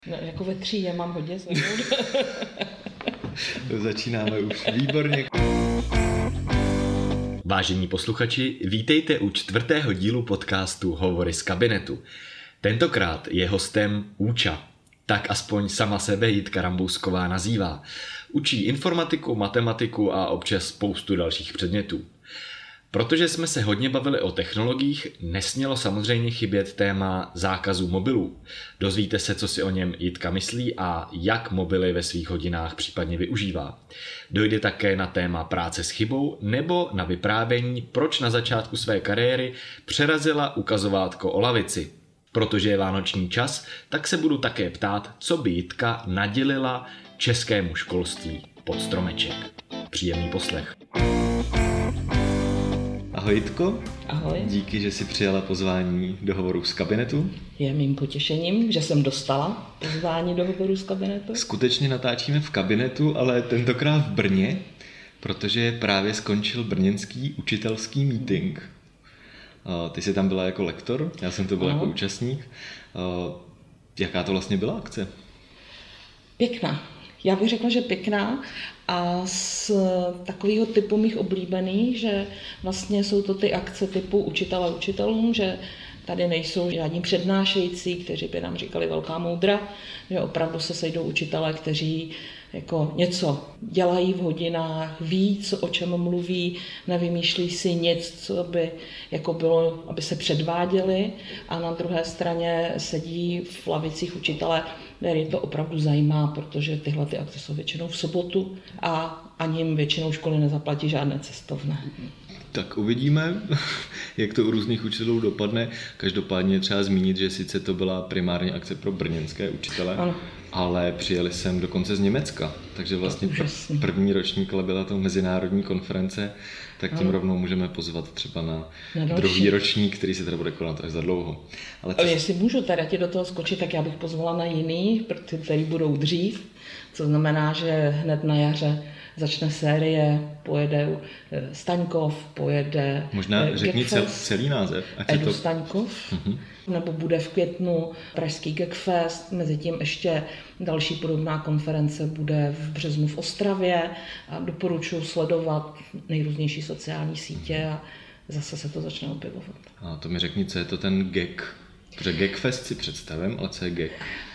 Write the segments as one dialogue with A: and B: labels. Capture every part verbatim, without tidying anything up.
A: No, jako ve třídě mám hodně zvednout.
B: To začínáme už výborně.
C: Vážení posluchači, vítejte u čtvrtého dílu podcastu Hovory z kabinetu. Tentokrát je hostem Úča. Tak aspoň sama sebe Jitka Rambousková nazývá. Učí informatiku, matematiku a občas spoustu dalších předmětů. Protože jsme se hodně bavili o technologiích, nesmělo samozřejmě chybět téma zákazu mobilů. Dozvíte se, co si o něm Jitka myslí a jak mobily ve svých hodinách případně využívá. Dojde také na téma práce s chybou nebo na vyprávění, proč na začátku své kariéry přerazila ukazovátko o lavici. Protože je vánoční čas, tak se budu také ptát, co by Jitka nadělila českému školství pod stromeček. Příjemný poslech.
B: Ahoj Jitko.
A: Ahoj.
B: Díky, že jsi přijala pozvání do Hovorů z kabinetu.
A: Je mým potěšením, že jsem dostala pozvání do Hovorů z kabinetu.
B: Skutečně natáčíme v kabinetu, ale tentokrát v Brně, protože právě skončil brněnský učitelský meeting. Ty jsi tam byla jako lektor, já jsem to byl
A: Aha.
B: jako účastník. Jaká to vlastně byla akce?
A: Pěkná. Já bych řekla, že pěkná a z takového typu mých oblíbených, že vlastně jsou to ty akce typu učitele učitelům, že tady nejsou žádní přednášející, kteří by nám říkali velká moudra, že opravdu se sejdou učitelé, kteří jako něco dělají v hodinách, ví, co, o čem mluví, nevymýšlí si nic, co by jako bylo, aby se předváděli, a na druhé straně sedí v lavicích učitelé, který to opravdu zajímá, protože tyhle ty akce jsou většinou v sobotu a ani jim většinou školy nezaplatí žádné cestovné.
B: Tak uvidíme, jak to u různých učitelů dopadne. Každopádně je třeba zmínit, že sice to byla primárně akce pro brněnské učitele, ano. Ale přijeli jsem dokonce z Německa, takže vlastně pr- první ročník, ale byla to mezinárodní konference, tak tím ano. rovnou můžeme pozvat třeba na, na druhý ročník, který se teda bude konat až za dlouho.
A: Ale co... Jestli můžu teda ti do toho skočit, tak já bych pozvala na jiný, který budou dřív, co znamená, že hned na jaře začne série, pojede Staňkov, pojede
B: Možná řekni cel, celý název.
A: Edu
B: to...
A: Staňkov, uh-huh. nebo bude v květnu pražský Gagfest, mezi tím ještě další podobná konference bude v březnu v Ostravě a doporučuji sledovat nejrůznější sociální sítě a zase se to začne objevovat.
B: A to mi řekni, co je to ten Gag, protože Gagfest si představím, ale co je Gag?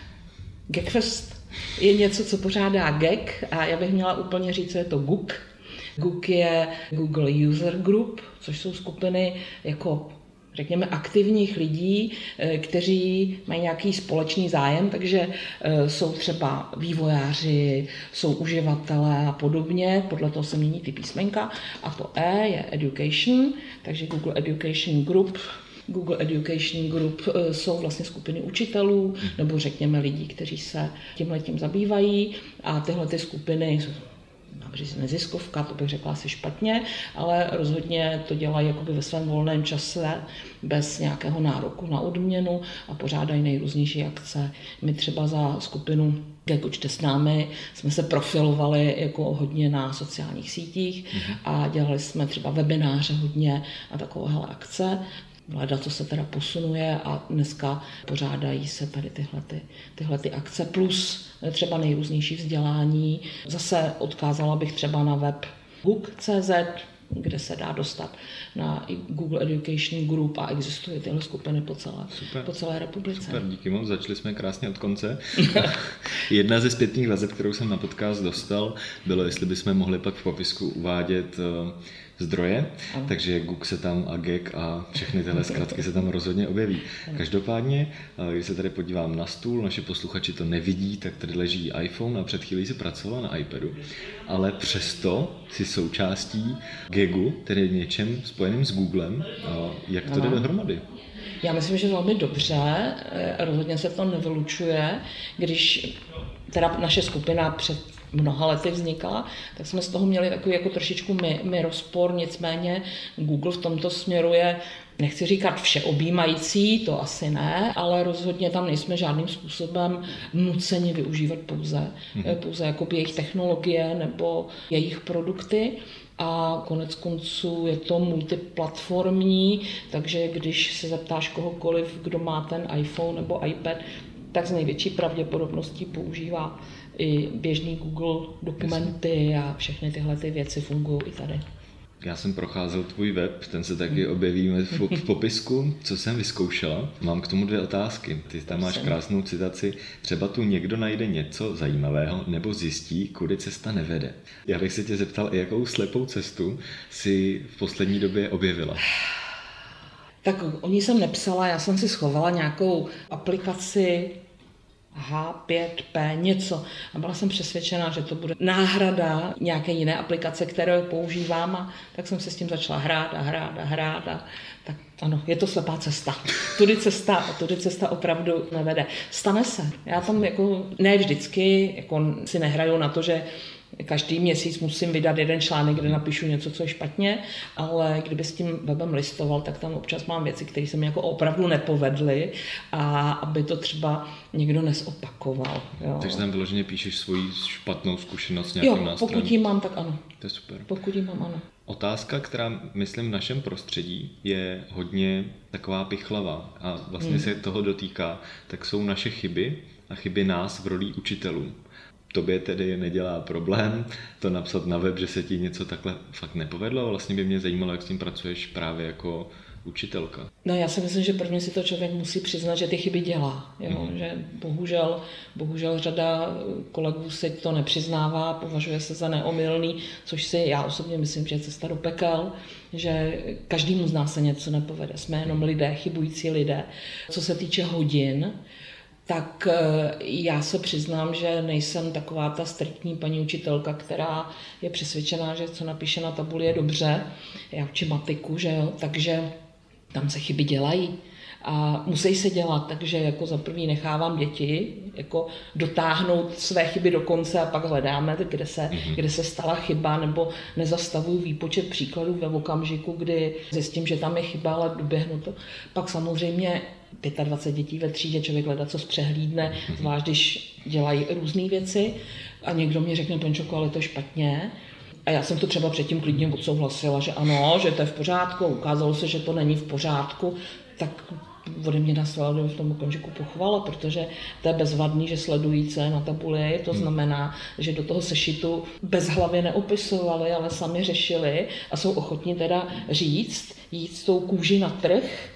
A: Gagfest je něco, co pořádá G E G a já bych měla úplně říct, co je to G U G. G U G je Google User Group, což jsou skupiny jako řekněme aktivních lidí, kteří mají nějaký společný zájem, takže jsou třeba vývojáři, jsou uživatelé a podobně, podle toho se mění ty písmenka. A to E je Education, takže Google Education Group. Google Education Group jsou vlastně skupiny učitelů, nebo řekněme lidí, kteří se tímhletím zabývají, a tyhle ty skupiny například neziskovka, to bych řekla asi špatně, ale rozhodně to dělají jakoby ve svém volném čase bez nějakého nároku na odměnu a pořádají nejrůznější akce. My třeba za skupinu Jak učte s námi jsme se profilovali jako hodně na sociálních sítích a dělali jsme třeba webináře hodně a takovéhle akce. Leda, co se teda posunuje a dneska pořádají se tady tyhle, ty, tyhle ty akce, plus třeba nejrůznější vzdělání. Zase odkázala bych třeba na web gug tečka cé zet, kde se dá dostat na Google Education Group a existují tyhle skupiny po celé, po celé republice.
B: Super, díky moc, začali jsme krásně od konce. Jedna ze zpětných vazeb, kterou jsem na podcast dostal, bylo, jestli bychom mohli pak v popisku uvádět zdroje, ano. Takže G U G se tam a G E G a všechny tyhle zkratky se tam rozhodně objeví. Každopádně, když se tady podívám na stůl, naši posluchači to nevidí, tak tady leží iPhone a před chvílí si pracovala na iPadu, ale přesto si součástí Gagu, tedy něčem spojeným s Googlem. Jak to jde dohromady?
A: Já myslím, že velmi dobře, rozhodně se to nevylučuje, když teda naše skupina před mnoha lety vznikla, tak jsme z toho měli takový jako trošičku my, my rozpor, nicméně Google v tomto směru je, nechci říkat všeobjímající, to asi ne, ale rozhodně tam nejsme žádným způsobem nuceni využívat pouze, mm-hmm. pouze jakoby jejich technologie nebo jejich produkty. A konec konců je to multiplatformní, takže když se zeptáš kohokoliv, kdo má ten iPhone nebo iPad, tak s největší pravděpodobností používá i běžný Google dokumenty a všechny tyhle ty věci fungují i tady.
B: Já jsem procházel tvůj web, ten se taky objeví v popisku, co jsem vyzkoušela. Mám k tomu dvě otázky. Ty tam máš krásnou citaci. Třeba tu někdo najde něco zajímavého nebo zjistí, kudy cesta nevede. Já bych se tě zeptal, jakou slepou cestu si v poslední době objevila?
A: Tak o ní jsem nepsala, já jsem si schovala nějakou aplikaci H pět P, něco. A byla jsem přesvědčená, že to bude náhrada nějaké jiné aplikace, kterou používám, a tak jsem se s tím začala hrát a hrát a hrát. A tak ano, je to slepá cesta. Tudy cesta, tudy cesta opravdu nevede. Stane se. Já tam jako ne vždycky jako si nehraju na to, že každý měsíc musím vydat jeden článek, kde napíšu něco, co je špatně, ale kdyby s tím webem listoval, tak tam občas mám věci, které se mi jako opravdu nepovedly, a aby to třeba někdo nezopakoval. Jo.
B: Takže tam vyloženě píšeš svoji špatnou zkušenost s nějakým
A: jo,
B: nástrojem?
A: pokud ji mám, tak ano.
B: To je super.
A: Pokud ji mám, ano.
B: Otázka, která, myslím, v našem prostředí je hodně taková pichlavá a vlastně hmm. se toho dotýká, tak jsou naše chyby a chyby nás v roli učitelů. Tobě tedy nedělá problém to napsat na web, že se ti něco takhle fakt nepovedlo, a vlastně by mě zajímalo, jak s tím pracuješ právě jako učitelka.
A: No, já si myslím, že prvně si to člověk musí přiznat, že ty chyby dělá. Jo? Mm. Že bohužel, bohužel řada kolegů si to nepřiznává, považuje se za neomylný, což si já osobně myslím, že je cesta do pekel, že každému z nás se něco nepovede. Jsme jenom lidé, chybující lidé. Co se týče hodin, tak já se přiznám, že nejsem taková ta striktní paní učitelka, která je přesvědčená, že co napíše na tabuli je dobře. Já učím matiku, že jo, takže tam se chyby dělají a musí se dělat, takže jako za první nechávám děti jako dotáhnout své chyby do konce a pak hledáme, kde se, mm-hmm. kde se stala chyba, nebo nezastavuju výpočet příkladů ve okamžiku, kdy zjistím, že tam je chyba, ale doběhnu to. Pak samozřejmě dvacet pět dětí ve třídě, člověk hledá, co zpřehlídne, zvlášť když dělají různé věci a někdo mi řekne, Penčoko, ale to je špatně. A já jsem to třeba předtím klidně odsouhlasila, že ano, že to je v pořádku, ukázalo se, že to není v pořádku, tak ode mě následuje v tom okamžiku pochvala, protože to je bezvadný, že sledují, co je na tabuli, to znamená, že do toho sešitu bez hlavy neopisovali, ale sami řešili a jsou ochotní teda říct, jít s tou kůži na trh,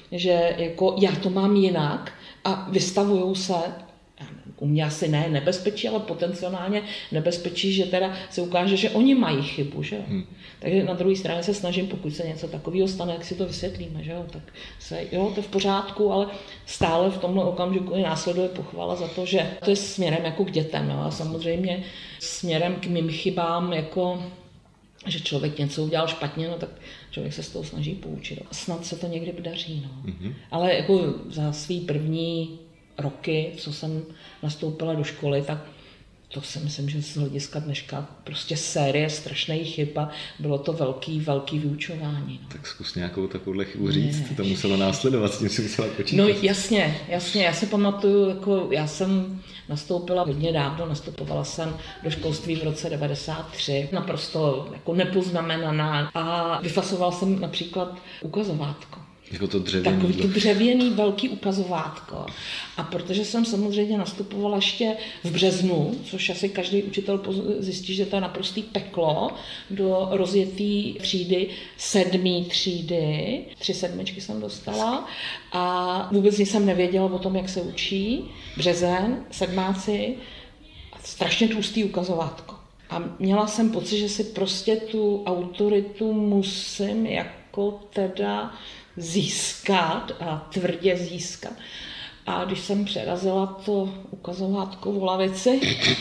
A: že jako já to mám jinak, a vystavujou se, u mě asi ne nebezpečí, ale potenciálně nebezpečí, že teda se ukáže, že oni mají chybu. Že? Hmm. Takže na druhé straně se snažím, pokud se něco takového stane, jak si to vysvětlíme. Že? Tak se, jo, to je v pořádku, ale stále v tomhle okamžiku následuje pochvala za to, že to je směrem jako k dětem. Jo? A samozřejmě směrem k mým chybám, jako že člověk něco udělal špatně, no tak člověk se z toho snaží poučit. Snad se to někdy daří. No. Mm-hmm. Ale jako za svý první roky, co jsem nastoupila do školy, tak to si myslím, že z hlediska dneška prostě série strašných chyb a bylo to velký, velký vyučování. No.
B: Tak zkus nějakou takovouhle chybu říct, ne, to muselo následovat, s tím si musela počítat.
A: No jasně, jasně, já si pamatuju, jako já jsem nastoupila hodně dávno, nastupovala jsem do školství v roce devadesát tři, naprosto jako nepoznamenaná, a vyfasovala jsem například ukazovátko.
B: Jako to dřevěný.
A: Takový to dřevěný velký ukazovátko. A protože jsem samozřejmě nastupovala ještě v březnu, což asi každý učitel zjistí, že to je naprostý peklo, do rozjetý třídy, sedmý třídy, tři sedmičky jsem dostala a vůbec nic jsem nevěděla o tom, jak se učí. Březen, sedmáci, strašně tlustý ukazovátko. A měla jsem pocit, že si prostě tu autoritu musím jako teda získat a tvrdě získat. A když jsem přerazila to ukazovátko v lavici,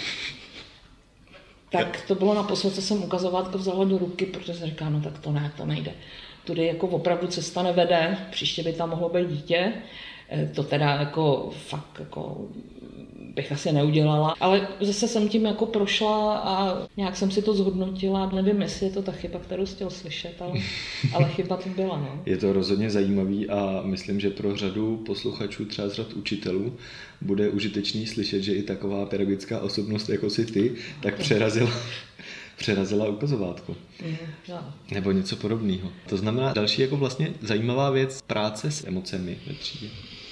A: tak to bylo naposled, co jsem ukazovátko vzala do ruky, protože jsem říkala, no tak to ne, to nejde. Tudy jako opravdu cesta nevede, příště by tam mohlo být dítě. To teda jako fakt jako bych asi neudělala, ale zase jsem tím jako prošla a nějak jsem si to zhodnotila. Nevím, jestli je to ta chyba, kterou jsi chtěl slyšet, ale, ale chyba to byla. No.
B: Je to rozhodně zajímavý a myslím, že pro řadu posluchačů, třeba z řad učitelů, bude užitečný slyšet, že i taková pedagogická osobnost jako si ty, tak přerazila, přerazila ukazovátko.
A: Mm, no.
B: Nebo něco podobného. To znamená další jako vlastně zajímavá věc, práce s emocemi ve třídě.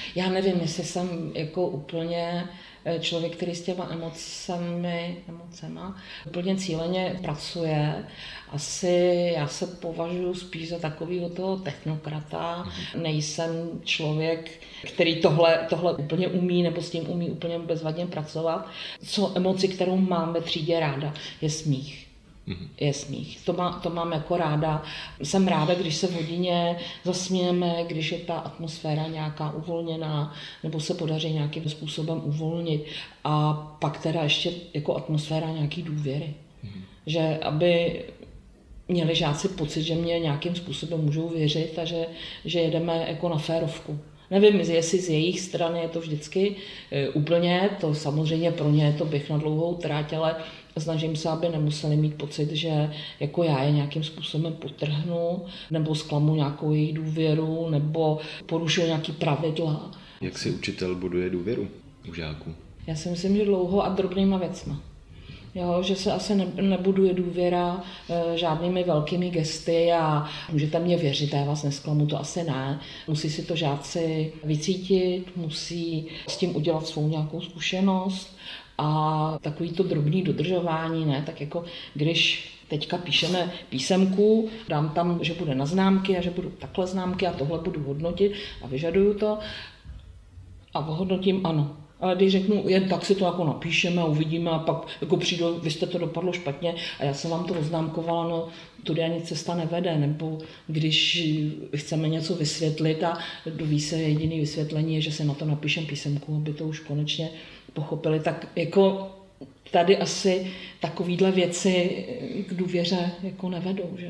A: Já nevím, jestli jsem jako úplně člověk, který s těma emocemi, emocema úplně cíleně pracuje. Asi já se považuji spíš za takovýho toho technokrata. Nejsem člověk, který tohle, tohle úplně umí nebo s tím umí úplně bezvadně pracovat. Co emoci, kterou mám ve třídě ráda, je smích. Je smích. To, má, to mám jako ráda. Jsem ráda, když se v hodině zasmějeme, když je ta atmosféra nějaká uvolněná, nebo se podaří nějakým způsobem uvolnit. A pak teda ještě jako atmosféra nějaký důvěry. Mm. Že aby měli žáci pocit, že mě nějakým způsobem můžou věřit a že, že jedeme jako na férovku. Nevím, jestli z jejich strany je to vždycky úplně, to samozřejmě pro ně je to běh na dlouhou tráť, ale snažím se, aby nemuseli mít pocit, že jako já je nějakým způsobem potrhnu, nebo zklamu nějakou jejich důvěru, nebo porušuju nějaký pravidla.
B: Jak si učitel buduje důvěru u žáků?
A: Já si myslím, že dlouho a drobnýma věcma. Jo, že se asi ne, nebuduje důvěra e, žádnými velkými gesty a můžete mě věřit, já vás nesklamu, to asi ne. Musí si to žáci vycítit, musí s tím udělat svou nějakou zkušenost a takový to drobný dodržování, ne, tak jako když teďka píšeme písemku, dám tam, že bude na známky a že budu takhle známky a tohle budu hodnotit a vyžaduju to a ohodnotím ano. Ale když řeknu, jen tak si to jako napíšeme a uvidíme a pak jako přijdu, vy jste to dopadlo špatně a já jsem vám to oznámkovala, no tudy ani cesta nevede, nebo když chceme něco vysvětlit a doví se jediný vysvětlení je, že se na to napíšem písemku, aby to už konečně pochopili, tak jako tady asi takovýhle věci k důvěře jako nevedou, že jo.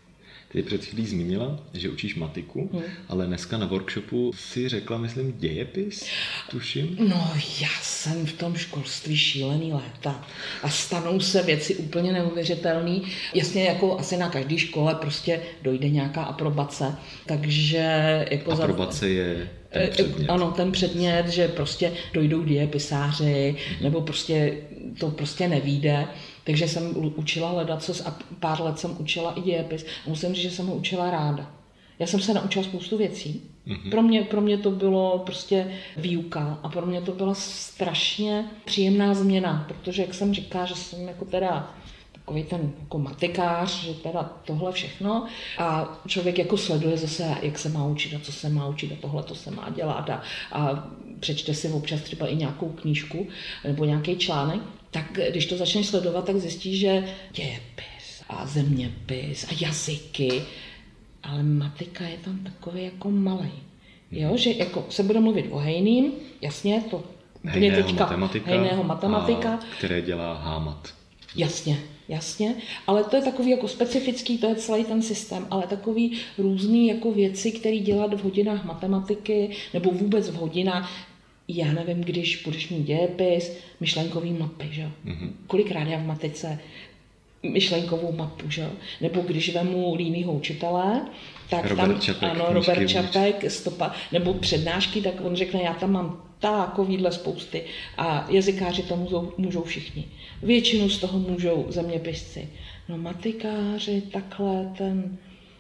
B: Ty před chvílí zmínila, že učíš matiku, hmm. ale dneska na workshopu si řekla, myslím, dějepis, tuším.
A: No, já jsem v tom školství šílený léta a stanou se věci úplně neuvěřitelné. Jasně, jako asi na každé škole prostě dojde nějaká aprobace, takže jako...
B: Aprobace za... je... Ten předmět.
A: Ano, ten předmět, že prostě dojdou dějepisáři, mm-hmm. nebo prostě to prostě nevíde. Takže jsem učila ledacos a pár let jsem učila i dějepis. A musím říct, že jsem ho učila ráda. Já jsem se naučila spoustu věcí. Mm-hmm. Pro mě, pro mě to bylo prostě výuka a pro mě to byla strašně příjemná změna, protože jak jsem říkala, že jsem jako teda takový ten jako matikář, že teda tohle všechno a člověk jako sleduje zase, jak se má učit a co se má učit a tohle to se má dělat a, a přečte si občas třeba i nějakou knížku nebo nějaký článek, tak když to začneš sledovat, tak zjistíš, že dějepis a zeměpis a jazyky, ale matika je tam takový jako malej. Jo, že jako se bude mluvit o hejným, jasně, to
B: hejného
A: teďka
B: matematika,
A: hejného matematika,
B: které dělá hámat.
A: Jasně, jasně, ale to je takový jako specifický, to je celý ten systém, ale takový různý jako věci, které dělat v hodinách matematiky nebo vůbec v hodinách, já nevím, když budeš mít dějepis, myšlenkový mapy, že jo? Mm-hmm. Kolikrát já v matice myšlenkovou mapu, že jo? Nebo když vemu línýho učitele, tak
B: Robert
A: tam,
B: Čapek,
A: ano, Robert Čapek, stopa, nebo přednášky, tak on řekne, já tam mám takovýhle spousty a jazykáři to můžou, můžou všichni. Většinu z toho můžou zeměpisci. No matikáři, takhle ten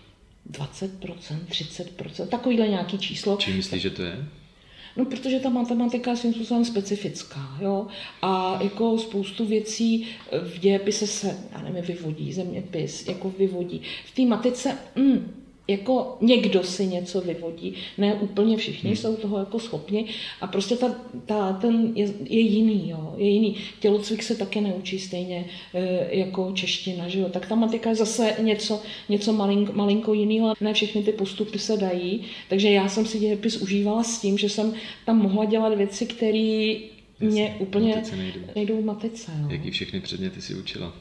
A: dvacet procent, třicet procent, takovýhle nějaký číslo.
B: Čím myslíš, že to je?
A: No, protože ta matematika je svým způsobem specifická, jo. A jako spoustu věcí v dějepise se, já nevím, vyvodí, zeměpis, jako vyvodí. V té matice, mm, jako někdo si něco vyvodí, ne úplně všichni hmm. jsou toho jako schopni a prostě ta, ta, ten je, je jiný, jo, je jiný. Tělocvik se taky neučí stejně e, jako čeština, že jo, tak ta matika je zase něco, něco malinko, malinko jiného, ne všechny ty postupy se dají, takže já jsem si dějepis užívala s tím, že jsem tam mohla dělat věci, které mě úplně nejdou. nejdou v matice. Jo.
B: Jaký všechny předměty si učila?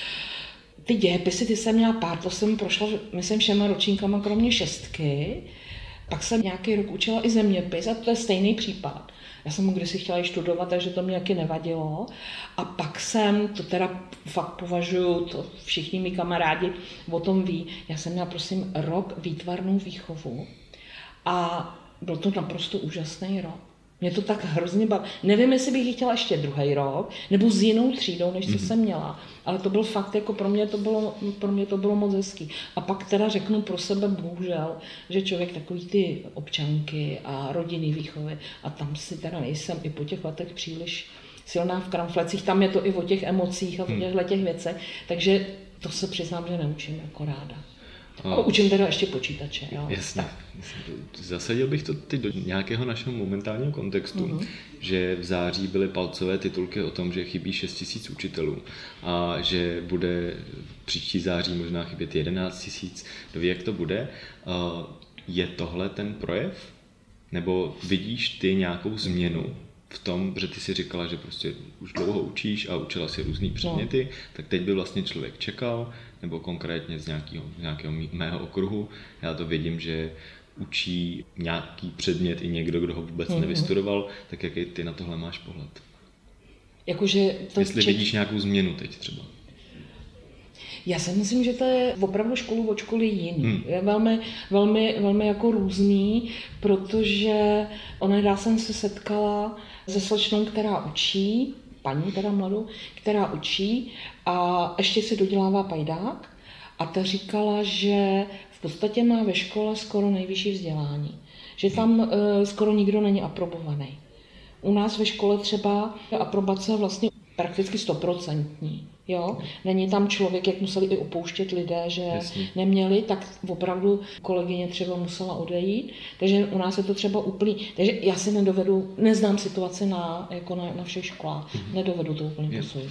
A: Ty dějepisy, ty jsem měla pár, to jsem prošla, myslím, všema ročníkama, kromě šestky. Pak jsem nějaký rok učila i zeměpis a to je stejný případ. Já jsem ho kdysi chtěla i studovat, takže to mě taky nevadilo. A pak jsem, to teda fakt považuji, to všichni mý kamarádi o tom ví, já jsem měla prosím rok výtvarnou výchovu a byl to naprosto úžasný rok. Mě to tak hrozně baví. Nevím, jestli bych ji chtěla ještě druhý rok, nebo s jinou třídou, než co mm-hmm. jsem měla. Ale to byl fakt, jako pro mě to bylo, pro mě to bylo moc hezký. A pak teda řeknu pro sebe, bohužel, že člověk takový ty občanky a rodinný výchovy, a tam si teda nejsem i po těch letech příliš silná v kramflecích, tam je to i o těch emocích a o těchto těch věcech, takže to se přiznám, že neučím jako ráda. A učím teda ještě počítače. Jo.
B: Jasně. Zasadil bych to teď do nějakého našeho momentálního kontextu, mm-hmm. že v září byly palcové titulky o tom, že chybí šest tisíc učitelů a že bude příští září možná chybět jedenáct tisíc. Kdo ví, jak to bude. Je tohle ten projev? Nebo vidíš ty nějakou změnu v tom, že ty si říkala, že prostě už dlouho učíš a učila si různý předměty, no. tak teď by vlastně člověk čekal, nebo konkrétně z nějakého, z nějakého mého okruhu, já to vidím, že učí nějaký předmět i někdo, kdo ho vůbec mm-hmm. nevystudoval, tak jaký ty na tohle máš pohled?
A: Jakože to
B: Jestli
A: ček...
B: vidíš nějakou změnu teď třeba?
A: Já si myslím, že to je opravdu školu od školy jiný.
B: Hmm.
A: Je velmi, velmi, velmi jako různý, protože onedá jsem se setkala se slečnou, která učí, paní teda mladou, která učí a ještě si dodělává pajdák a ta říkala, že v podstatě má ve škole skoro nejvyšší vzdělání, že tam uh, skoro nikdo není aprobovaný. U nás ve škole třeba aprobace vlastně prakticky stoprocentní. Jo? Není tam člověk, jak museli i opouštět lidé, že Jasně. neměli, tak opravdu kolegyně třeba musela odejít. Takže u nás je to třeba úplný. Takže já si nedovedu, neznám situaci na, jako na, na všech školách, mm-hmm. nedovedu to úplně posoudit.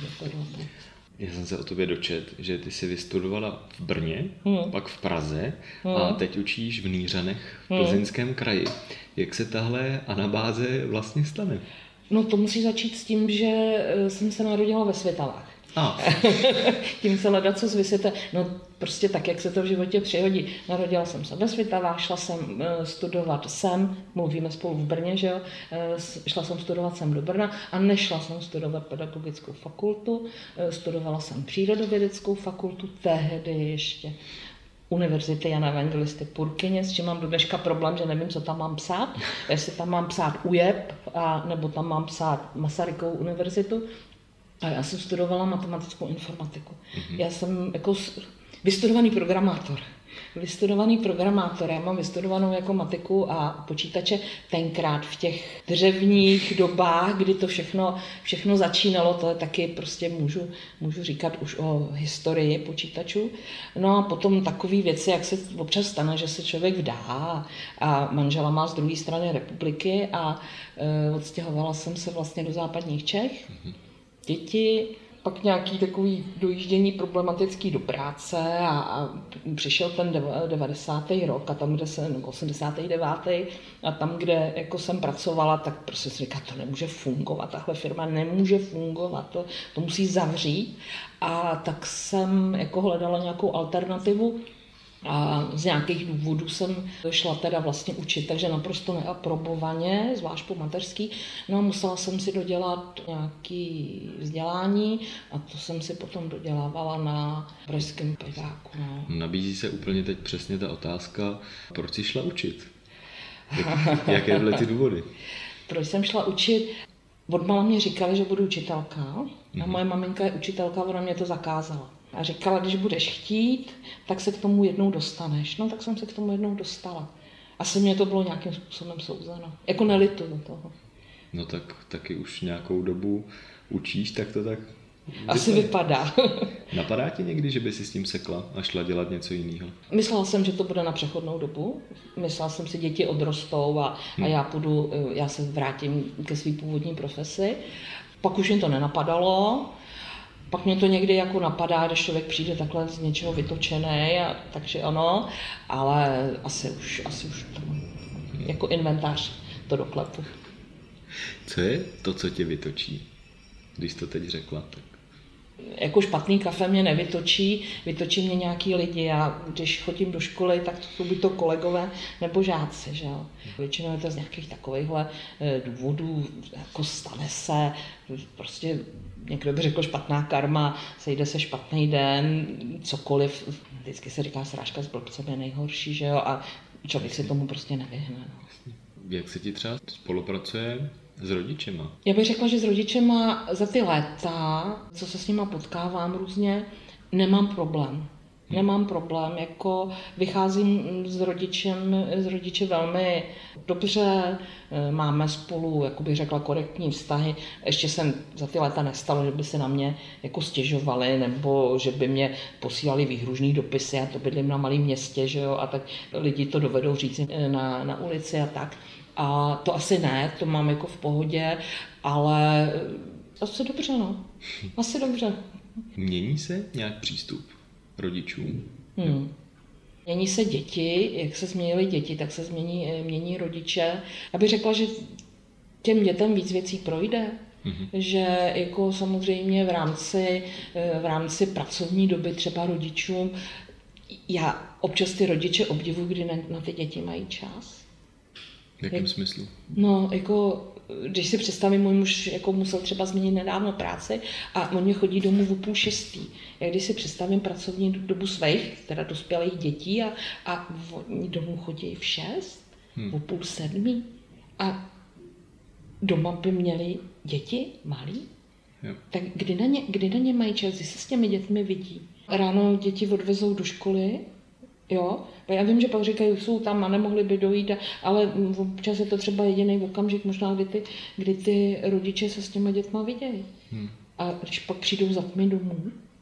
B: Já jsem se o tobě dočet, že ty jsi vystudovala v Brně, hmm. pak v Praze hmm. a teď učíš v Nýřanech v Plzeňském hmm. kraji. Jak se tahle anabáze vlastně stane?
A: No to musí začít s tím, že jsem se narodila ve Svitavách.
B: Ah.
A: Tím se ledacos vysvětlí. No prostě tak, jak se to v životě přihodí. Narodila jsem se ve Svitavách, šla jsem studovat sem, mluvíme spolu v Brně, že jo, šla jsem studovat sem do Brna a nešla jsem studovat pedagogickou fakultu, studovala jsem přírodovědeckou fakultu, tehdy ještě Univerzity Jana Evangelisty Purkyně, s čím mám do dneška problém, že nevím, co tam mám psát, jestli tam mám psát U J E P, a, nebo tam mám psát Masarykovu univerzitu. A já jsem studovala matematickou informatiku. Mm-hmm. Já jsem jako vystudovaný programátor. Vystudovaný programátor. Já mám vystudovanou jako matiku a počítače tenkrát v těch dřevních dobách, kdy to všechno, všechno začínalo, to je taky prostě můžu, můžu říkat už o historii počítačů. No a potom takové věci, jak se občas stane, že se člověk vdá a manžela má z druhé strany republiky a e, odstěhovala jsem se vlastně do západních Čech. Mm-hmm. Děti, pak nějaký takový dojíždění problematický do práce a, a přišel ten devadesátý rok a tam, kde jsem, osmdesátý devátý a tam, kde jako jsem pracovala, tak prostě si říká, to nemůže fungovat, tahle firma nemůže fungovat, to, to musí zavřít. A tak jsem jako hledala nějakou alternativu. A z nějakých důvodů jsem šla teda vlastně učit, takže naprosto neaprobovaně, zvlášť po mateřský. No a musela jsem si dodělat nějaké vzdělání a to jsem si potom dodělávala na pražském pedáku. No.
B: Nabízí se úplně teď přesně ta otázka, proč jsi šla učit? Jak, jaké byly ty důvody?
A: Proč jsem šla učit? Odmala mě říkali, že budu učitelka a moje maminka je učitelka, ona mě to zakázala. A říkala, když budeš chtít, tak se k tomu jednou dostaneš. No tak jsem se k tomu jednou dostala. Asi mě to bylo nějakým způsobem souzeno. Jako nelituju toho.
B: No tak taky už nějakou dobu učíš, tak to tak
A: asi vypadá.
B: Napadá ti někdy, že by si s tím sekla a šla dělat něco jiného?
A: Myslela jsem, že to bude na přechodnou dobu. Myslela jsem si, děti odrostou a, hmm. a já půjdu, já se vrátím ke své původní profesi. Pak už jim to nenapadalo. Pak mě to někdy jako napadá, když člověk přijde takhle z něčeho vytočený, a, takže ano, ale asi už, asi už to, jako inventář to doklepu.
B: Co je to, co tě vytočí, když to teď řekla? Tak...
A: Jako špatný kafe mě nevytočí, vytočí mě nějaký lidi a když chodím do školy, tak to jsou buď to kolegové nebo žáci, že jo. Většinou je to z nějakých takovýchhle důvodů, jako stane se, prostě někdo by řekl špatná karma, sejde se špatný den, cokoliv, vždycky se říká srážka s blbcem je nejhorší, že jo, a člověk se tomu prostě nevyhne. No.
B: Jak se ti třeba spolupracuje S rodičema?
A: Já bych řekla, že s rodičema za ty léta, co se s nima potkávám různě, nemám problém. Nemám problém, jako vycházím s rodičem, s rodiči velmi dobře, máme spolu, jak bych řekla, korektní vztahy. Ještě jsem za ty léta nestalo, že by se na mě jako stěžovali, nebo že by mě posílali výhružný dopisy, já to bydlím na malém městě, že jo, a tak lidi to dovedou říct na, na ulici a tak. A to asi ne, to mám jako v pohodě, ale asi dobře, no. Asi dobře.
B: Mění se nějak přístup rodičů?
A: Hmm. Mění se děti, jak se změnily děti, tak se změní, mění rodiče. Já bych řekla, že těm dětem víc věcí projde. Mm-hmm. Že jako samozřejmě v rámci, v rámci pracovní doby třeba rodičům, já občas ty rodiče obdivuji, kdy na, na ty děti mají čas.
B: V jakém Jak, smyslu?
A: No, jako když si představím, můj muž jako musel třeba změnit nedávno práci a on mě chodí domů v půl šestý. Já když si představím pracovní dobu svých, teda dospělých dětí a, a oni domů chodí v šest, hmm. v půl sedmý a doma by měli děti malí, jo. Tak kdy na, ně, kdy na ně mají čas, kdy se s těmi dětmi vidí? Ráno děti odvezou do školy, jo, já vím, že pak říkají, jsou tam a nemohli by dojít, ale občas je to třeba jediný okamžik, možná kdy ty, kdy ty rodiče se s těma dětma vidějí. Hmm. A když pak přijdou za tmy domů,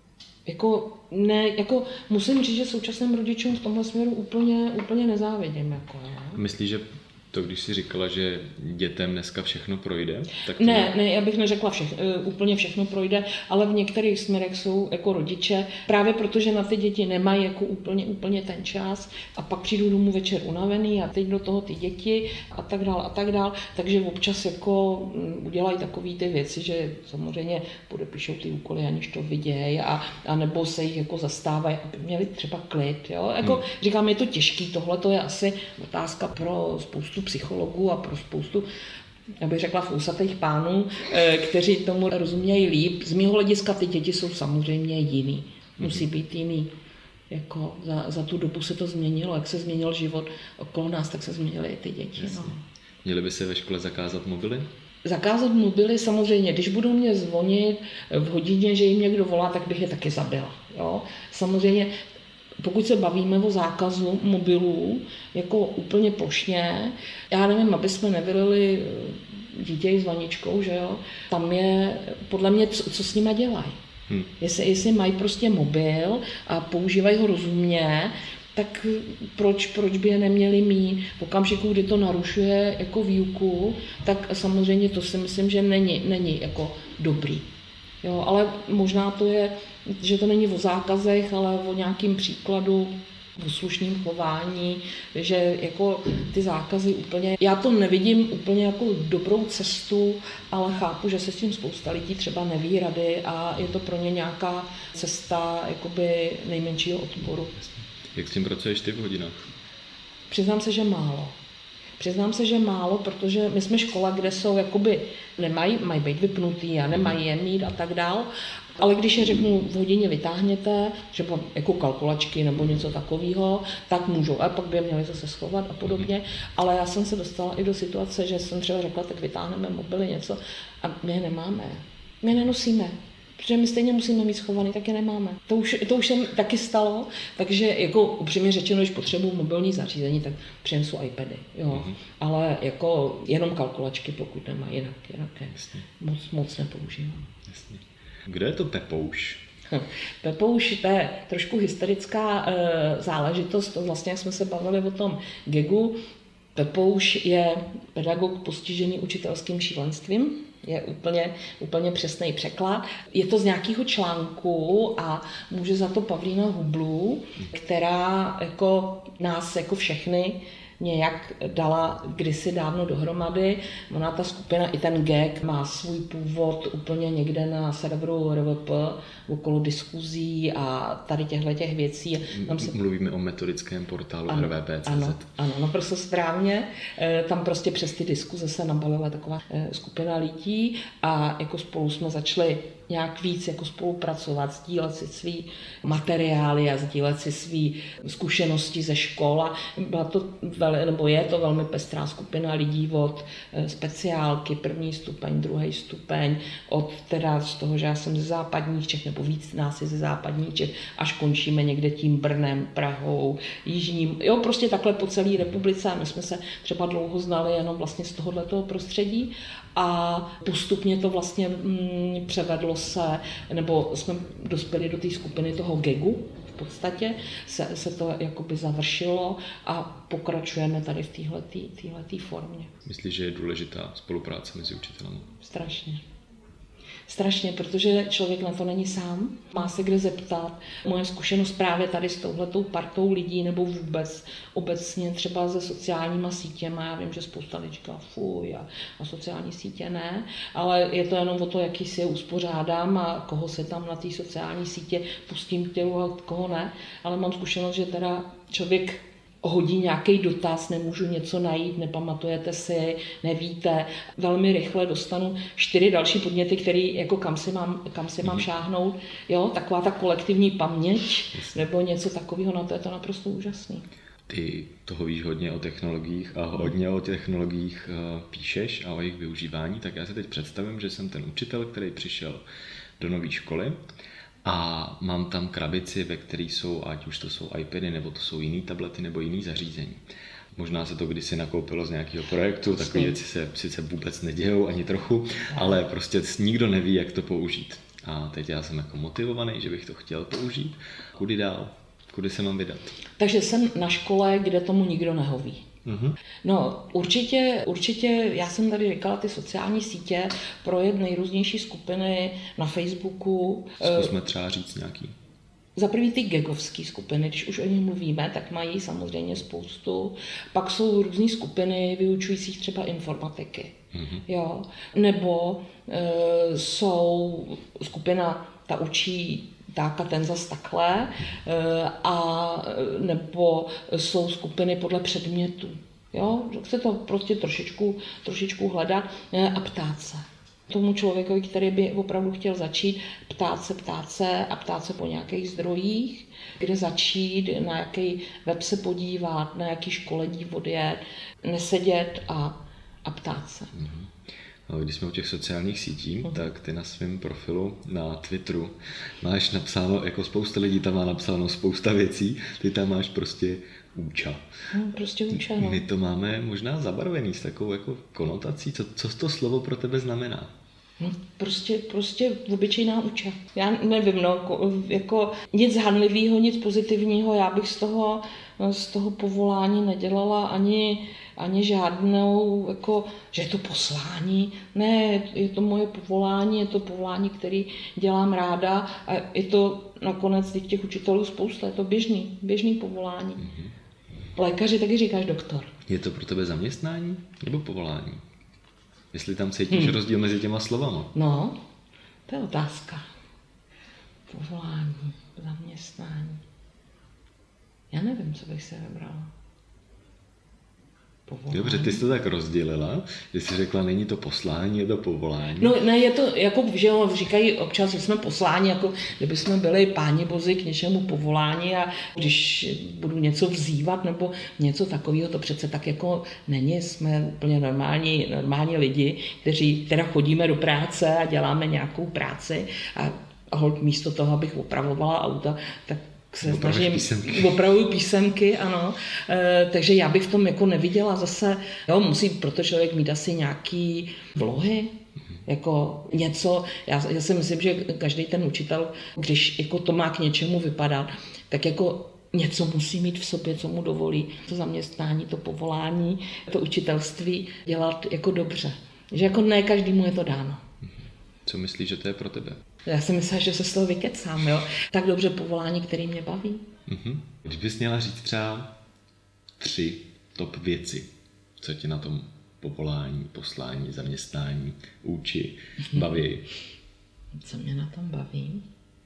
A: jako, ne, jako musím říct, že současným rodičům v tomhle směru úplně, úplně nezávidím. Jako,
B: Myslíš, že to, když jsi říkala, že dětem dneska všechno projde? Tak
A: ne, ne, já bych neřekla všech, úplně všechno projde, ale v některých směrech jsou jako rodiče, právě protože na ty děti nemají jako úplně, úplně ten čas a pak přijdou domů večer unavený a teď do toho ty děti a tak dál a tak dál, takže občas jako udělají takové ty věci, že samozřejmě podepíšou ty úkoly, aniž to vidějí a, a nebo se jich jako zastávají, aby měli třeba klid, jo? Jako, hmm. Říkám, je to těžký, tohle to je asi otázka pro spoustu psychologů a pro spoustu, já bych řekla, fousatých pánů, kteří tomu rozumějí líp. Z mého hlediska ty děti jsou samozřejmě jiný. Musí být jiný. Jako za, za tu dobu se to změnilo. Jak se změnil život okolo nás, tak se změnily i ty děti. No.
B: Měly by se ve škole zakázat mobily?
A: Zakázat mobily samozřejmě, když budou mě zvonit v hodině, že jim někdo volá, tak bych je taky zabila. Jo? Samozřejmě pokud se bavíme o zákazu mobilů, jako úplně plošně, já nevím, aby jsme nevylili dítě s vaničkou, že jo, tam je podle mě, co, co s nima dělají. Hmm. Jestli, jestli mají prostě mobil a používají ho rozumně, tak proč, proč by je neměli mít? V okamžiku, kdy to narušuje jako výuku, tak samozřejmě to si myslím, že není, není jako dobrý. Jo, ale možná to je, že to není o zákazech, ale o nějakým příkladu, o slušným chování, že jako ty zákazy úplně, já to nevidím úplně jako dobrou cestu, ale chápu, že se s tím spousta lidí třeba neví rady a je to pro ně nějaká cesta jakoby nejmenšího odporu.
B: Jak s tím pracuješ ty v hodinách?
A: Přiznám se, že málo. Přiznám se, že málo, protože my jsme škola, kde jsou jakoby, nemají, mají být vypnutý a nemají je mít a tak dál. Ale když je řeknu v hodině vytáhněte, třeba jako kalkulačky nebo něco takového, tak můžou. A pak by je měli zase schovat a podobně. Ale já jsem se dostala i do situace, že jsem třeba řekla, tak vytáhneme mobily něco a my je nemáme. My je nenosíme. Protože my stejně musíme mít schovaný, tak je nemáme. To už, to už se taky stalo, takže jako upřímně řečeno, když potřebuji mobilní zařízení, tak přinesu iPady, jo. Mm-hmm. Ale jako jenom kalkulačky, pokud nemají, jinak, jinak je. moc, moc nepoužívám.
B: Jasně. Kdo je to Pepouš?
A: Pepouš, to je trošku hysterická e, záležitost, to vlastně, jak jsme se bavili o tom gagu. Pepouš je pedagog postižený učitelským šílenstvím, je úplně, úplně přesný překlad. Je to z nějakého článku a může za to Pavlína Hublů, která jako nás jako všechny nějak dala kdysi dávno dohromady. Ona, ta skupina, i ten gag má svůj původ úplně někde na serveru R V P, okolo diskuzí a tady těchto těch věcí. Tam se...
B: Mluvíme o metodickém portálu R V P tečka cé zet.
A: Ano, ano, naprosto správně. Tam prostě přes ty diskuze se nabalila taková skupina lidí a jako spolu jsme začali nějak víc jako spolupracovat, sdílet si svý materiály a sdílet si svý zkušenosti ze škol. A byla to nebo je to velmi pestrá skupina lidí od speciálky, první stupeň, druhý stupeň, od teda z toho, že já jsem ze západních Čech, nebo víc nás je ze západních Čech, až končíme někde tím Brnem, Prahou, Jižním, jo, prostě takhle po celé republice. A my jsme se třeba dlouho znali jenom vlastně z tohoto prostředí a postupně to vlastně mm, převedlo se, nebo jsme dospěli do té skupiny toho gegu, v podstatě se, se to jakoby završilo a pokračujeme tady v téhletý formě.
B: Myslíš, že je důležitá spolupráce mezi učitelemi?
A: Strašně. Strašně, protože člověk na to není sám, má se kde zeptat. Moje zkušenost právě tady s touhletou partou lidí nebo vůbec obecně třeba se sociálníma sítěma, já vím, že spousta lidí říká fuj a, a sociální sítě ne, ale je to jenom o to, jaký si je uspořádám a koho se tam na té sociální sítě pustím k tělu a koho ne, ale mám zkušenost, že teda člověk hodí nějaký dotaz, nemůžu něco najít, nepamatujete si, nevíte. Velmi rychle dostanu čtyři další podněty, které jako kam si mám, kam si mám šáhnout. Jo, taková ta kolektivní paměť nebo něco takového, na to je to naprosto úžasný.
B: Ty toho víš hodně o technologiích a hodně o technologiích píšeš a o jejich využívání, tak já si teď představím, že jsem ten učitel, který přišel do nové školy a mám tam krabici, ve které jsou, ať už to jsou iPady, nebo to jsou jiné tablety, nebo jiné zařízení. Možná se to kdysi nakoupilo z nějakého projektu, takové věci se sice vůbec nedějou ani trochu, ale prostě nikdo neví, jak to použít. A teď já jsem jako motivovaný, že bych to chtěl použít. Kudy dál? Kudy se mám vydat?
A: Takže jsem na škole, kde tomu nikdo nehoví.
B: Mm-hmm.
A: No určitě, určitě, já jsem tady říkala ty sociální sítě, projet nejrůznější skupiny na Facebooku.
B: Zkusme třeba říct nějaký.
A: Za první ty gegovské skupiny, když už o nich mluvíme, tak mají samozřejmě spoustu. Pak jsou různé skupiny vyučujících třeba informatiky. Mm-hmm. Jo? Nebo e, jsou skupina, ta učí tak a ten zas takhle, a nebo jsou skupiny podle předmětů. Jo? Chce to prostě trošičku, trošičku hledat a ptát se. Tomu člověkovi, který by opravdu chtěl začít, ptát se, ptát se a ptát se po nějakých zdrojích, kde začít, na jaký web se podívat, na jaký školení odjet, nesedět a, a ptát se.
B: Mm-hmm. Když jsme u těch sociálních sítí, uh-huh. tak ty na svém profilu na Twitteru máš napsáno, jako spousta lidí tam má napsáno spousta věcí, ty tam máš prostě úča.
A: No, prostě úča, no.
B: My to máme možná zabarvený s takovou jako konotací. Co, co to slovo pro tebe znamená?
A: No prostě, prostě obyčejná úča. Já nevím, no, jako nic hanlivého, nic pozitivního, já bych z toho, z toho povolání nedělala ani, ani žádnou, jako, že je to poslání. Ne, je to moje povolání, je to povolání, který dělám ráda a je to nakonec těch učitelů spousta, je to běžný, běžný povolání. Mm-hmm. Lékaři taky říkáš doktor.
B: Je to pro tebe zaměstnání nebo povolání? Jestli tam cítíš hmm. rozdíl mezi těma slovama?
A: No, to je otázka. Povolání, zaměstnání. Já nevím, co bych se vybrala. Povolání.
B: Dobře, ty jsi to tak rozdělila, že jsi řekla, není to poslání, je to povolání.
A: No ne, je to, jako že jo, říkají občas, že jsme posláni, jako kdyby jsme byli páni bozi k něčemu povolání a když budu něco vzývat nebo něco takového, to přece tak jako není, jsme úplně normální, normální lidi, kteří teda chodíme do práce a děláme nějakou práci a, a holt místo toho, abych opravovala auta, tak se snažím, opravuju písemky, ano, e, takže já bych v tom jako neviděla zase, jo, musí proto člověk mít asi nějaký vlohy, jako něco, já, já si myslím, že každý ten učitel, když jako to má k něčemu vypadat, tak jako něco musí mít v sobě, co mu dovolí to zaměstnání, to povolání, to učitelství dělat jako dobře, že jako ne každému je to dáno.
B: Co myslíš, že to je pro tebe?
A: Já si myslím, že se z toho vykecám, jo. Tak dobře povolání, který mě baví.
B: Mm-hmm. Když bys měla říct třeba tři top věci, co tě na tom povolání, poslání, zaměstnání, úči, baví?
A: Co mě na tom baví?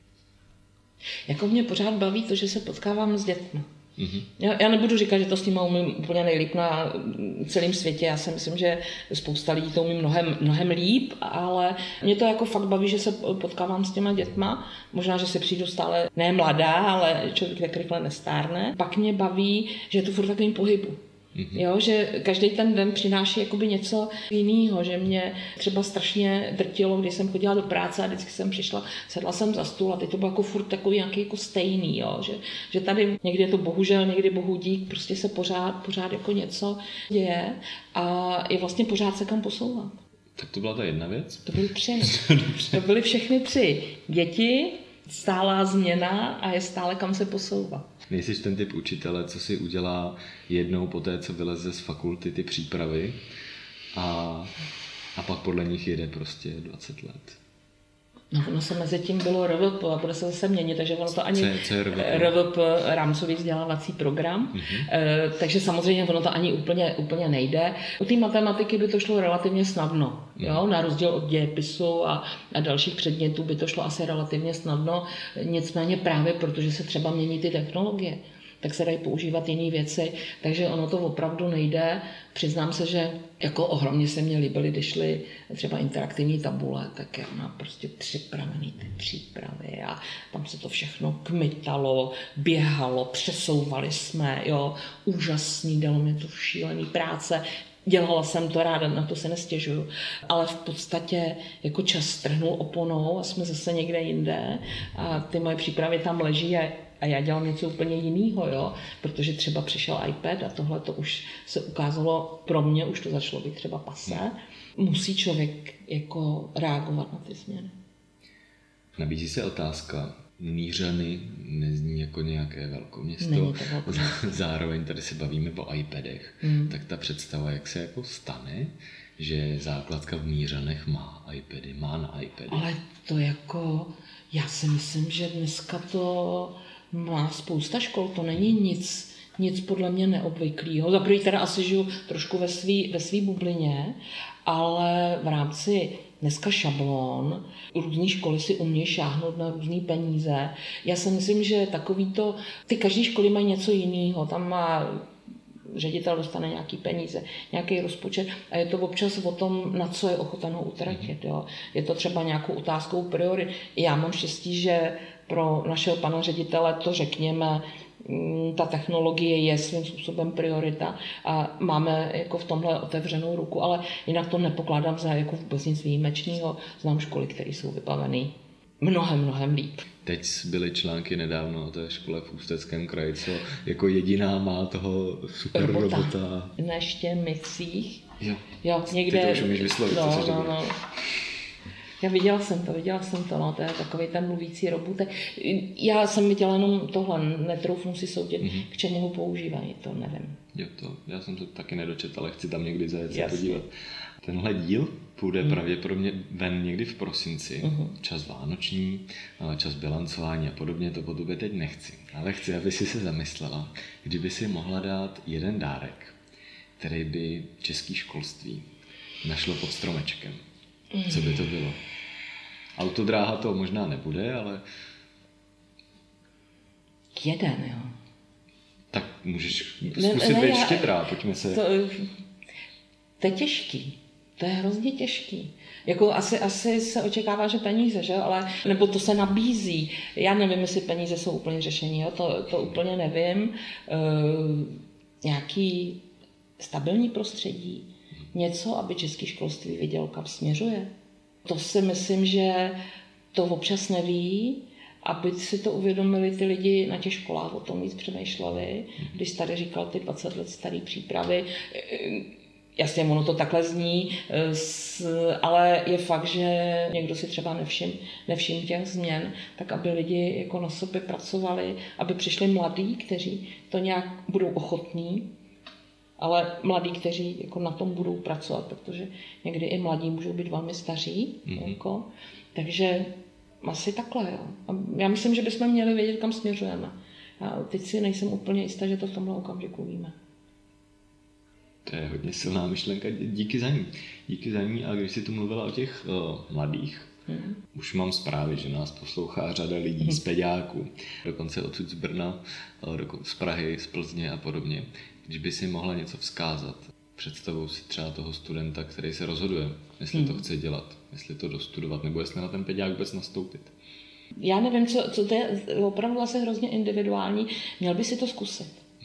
A: Jako mě pořád baví to, že se potkávám s dětmi. Mm-hmm. Já, já nebudu říkat, že to s nimi umím úplně nejlíp na celém světě. Já si myslím, že spousta lidí to umí mnohem, mnohem líp, ale mě to jako fakt baví, že se potkávám s těma dětma. Možná, že se přijdu stále ne mladá, ale člověk tak rychle nestárne. Pak mě baví, že je to furt takovým pohybu. Mm-hmm. Jo, že každý ten den přináší jakoby něco jiného, že mě třeba strašně drtilo, když jsem chodila do práce a vždycky jsem přišla, sedla jsem za stůl a teď to bylo jako furt takový nějaký jako stejný, jo, že, že tady někdy je to bohužel, někdy bohu dík, prostě se pořád, pořád jako něco děje a je vlastně pořád se kam posouvat.
B: Tak to byla ta jedna věc?
A: To byly tři. To byly všechny tři. Děti, stálá změna a je stále kam se posouvat.
B: Nejsiš ten typ učitele, co si udělá jednou po té, co vyleze z fakulty ty přípravy a, a pak podle nich jede prostě dvacet let.
A: No, ono se mezi tím bylo R V P a bude se zase měnit, takže ono to ani
B: co je, co je
A: R V P, rámcový vzdělávací program, mm-hmm. e, takže samozřejmě ono to ani úplně, úplně nejde. U té matematiky by to šlo relativně snadno, mm. jo? Na rozdíl od dějepisu a, a dalších předmětů by to šlo asi relativně snadno, nicméně právě protože se třeba mění ty technologie, tak se dají používat jiné věci, takže ono to opravdu nejde. Přiznám se, že jako ohromně se mě líbily, když šly třeba interaktivní tabule, tak já mám prostě připravený ty přípravy a tam se to všechno kmitalo, běhalo, přesouvali jsme, jo, úžasný, dalo mě to šílený práce. Dělala jsem to ráda, na to se nestěžuju, ale v podstatě jako čas strhnul oponou a jsme zase někde jinde a ty moje přípravy tam leží a, a já dělám něco úplně jiného, jo, protože třeba přišel iPad a tohle to už se ukázalo, pro mě už to začalo být třeba pase. Musí člověk jako reagovat na ty změny.
B: Nabízí se otázka, Mířany nezní jako nějaké velkoměsto, zároveň tady se bavíme o iPadech, hmm. tak ta představa, jak se jako stane, že základka v Mířanech má iPady, má na iPady.
A: Ale to jako, já si myslím, že dneska to má spousta škol, to není nic, nic podle mě neobvyklého. Za první teda asi žiju trošku ve svý, ve svý bublině, ale v rámci dneska šablon, různé školy si umějí šáhnout na různé peníze. Já si myslím, že takový to, ty každé školy mají něco jiného, tam má ředitel dostane nějaký peníze, nějaký rozpočet a je to občas o tom, na co je ochoten ho utratit. Jo. Je to třeba nějakou otázkou priorit. Já mám štěstí, že pro našeho pana ředitele to řekněme, ta technologie je svým způsobem priorita a máme jako v tomhle otevřenou ruku, ale jinak to nepokládám za jako vůbec nic výjimečného. Znám školy, které jsou vybavené mnohem, mnohem líp.
B: Teď byly články nedávno o té škole v Ústeckém kraji, co jako jediná má toho super robota. robota.
A: Na Štěmicích.
B: Jo,
A: jo někde...
B: ty to už umíš vyslovit,
A: no,
B: co se
A: no, no. Já viděla jsem to, viděla jsem to, no, to je takový ten mluvící robůtek. Já jsem viděla jenom tohle, netroufnu si soudit, mm-hmm. k čemu ho používají, to nevím.
B: Jo, to, já jsem to taky nedočetl, ale chci tam někdy zajet se podívat. Tenhle díl půjde mm. pravděpodobně ven někdy v prosinci, mm-hmm. čas vánoční, čas bilancování a podobně, to po tobě teď nechci. Ale chci, aby si se zamyslela, kdyby si mohla dát jeden dárek, který by české školství našlo pod stromečkem. Mm. Co by to bylo? Autodráha to možná nebude, ale...
A: Jeden, jo.
B: Tak můžeš zkusit být štědrá, pojďme se...
A: To, to je těžký. To je hrozně těžký. Jako asi, asi se očekává, že peníze, že? Ale, nebo to se nabízí. Já nevím, jestli peníze jsou úplně řešení, jo? To, to úplně nevím. E, nějaký stabilní prostředí, něco, aby české školství vidělo, kam směřuje. To si myslím, že to občas neví, aby si to uvědomili ty lidi na těch školách, o tom víc přemýšleli, když tady říkal ty dvacet let staré přípravy. Jasně, ono to takhle zní, ale je fakt, že někdo si třeba nevšim, nevšim těch změn, tak aby lidi jako na sobě pracovali, aby přišli mladí, kteří to nějak budou ochotní, ale mladí, kteří jako na tom budou pracovat, protože někdy i mladí můžou být velmi staří. Mm-hmm. Jako, takže asi takhle. Jo. A já myslím, že bychom měli vědět, kam směřujeme. Já teď si nejsem úplně jistá, že to v tomhle okamžiku víme.
B: To je hodně silná myšlenka, díky za ní. Díky za ní, a když jsi tu mluvila o těch uh, mladých, hmm. už mám zprávy, že nás poslouchá řada lidí z peďáků, dokonce odsud z Brna, z Prahy, z Plzně a podobně. Když by si mohla něco vzkázat, představou si třeba toho studenta, který se rozhoduje, jestli hmm. to chce dělat, jestli to dostudovat, nebo jestli na ten peďák vůbec nastoupit. Já
A: nevím, co, co to je opravdu asi hrozně individuální, měl by si to zkusit.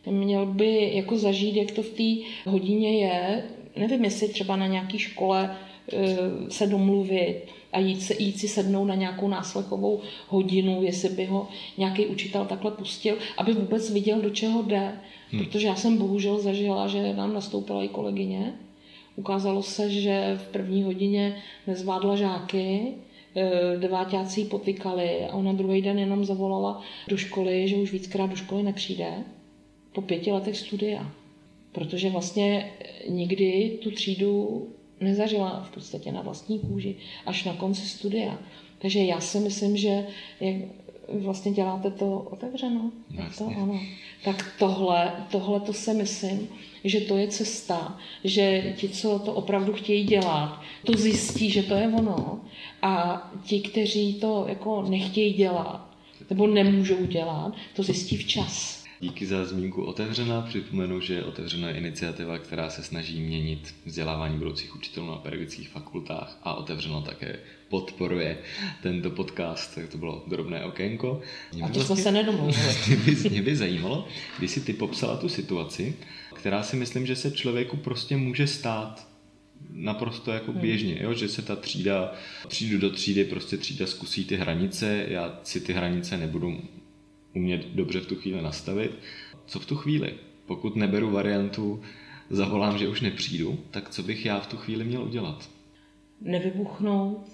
A: Měl by jako zažít, jak to v té hodině je. Nevím, jestli třeba na nějaké škole se domluvit a jít, se, jít si sednout na nějakou náslechovou hodinu, jestli by ho nějaký učitel takhle pustil, aby vůbec viděl, do čeho jde. Hmm. Protože já jsem bohužel zažila, že nám nastoupila i kolegyně. Ukázalo se, že v první hodině nezvládla žáky, deváťáci ji potykali a ona druhý den jenom zavolala do školy, že už víckrát do školy nepřijde po pěti letech studia. Protože vlastně nikdy tu třídu nezažila v podstatě na vlastní kůži až na konci studia. Takže já si myslím, že jak vlastně děláte to otevřeno, tak, to, ano. tak tohle, tohle to si myslím, že to je cesta, že ti, co to opravdu chtějí dělat, to zjistí, že to je ono a ti, kteří to jako nechtějí dělat nebo nemůžou dělat, to zjistí včas.
B: Díky za zmínku Otevřená. Připomenu, že Otevřená je iniciativa, která se snaží měnit vzdělávání budoucích učitelů na pedagogických fakultách a Otevřená také podporuje tento podcast, tak to bylo drobné okénko.
A: Mě a to vlastně, jsme se nedomluvili.
B: Mě by, mě by zajímalo, když si ty popsala tu situaci, která si myslím, že se člověku prostě může stát naprosto jako běžně, jo? Že se ta třída, třídu do třídy, prostě třída zkusí ty hranice, já si ty hranice nebudu umět dobře v tu chvíli nastavit. Co v tu chvíli? Pokud neberu variantu, zavolám, že už nepřijdu, tak co bych já v tu chvíli měl udělat?
A: Nevybuchnout,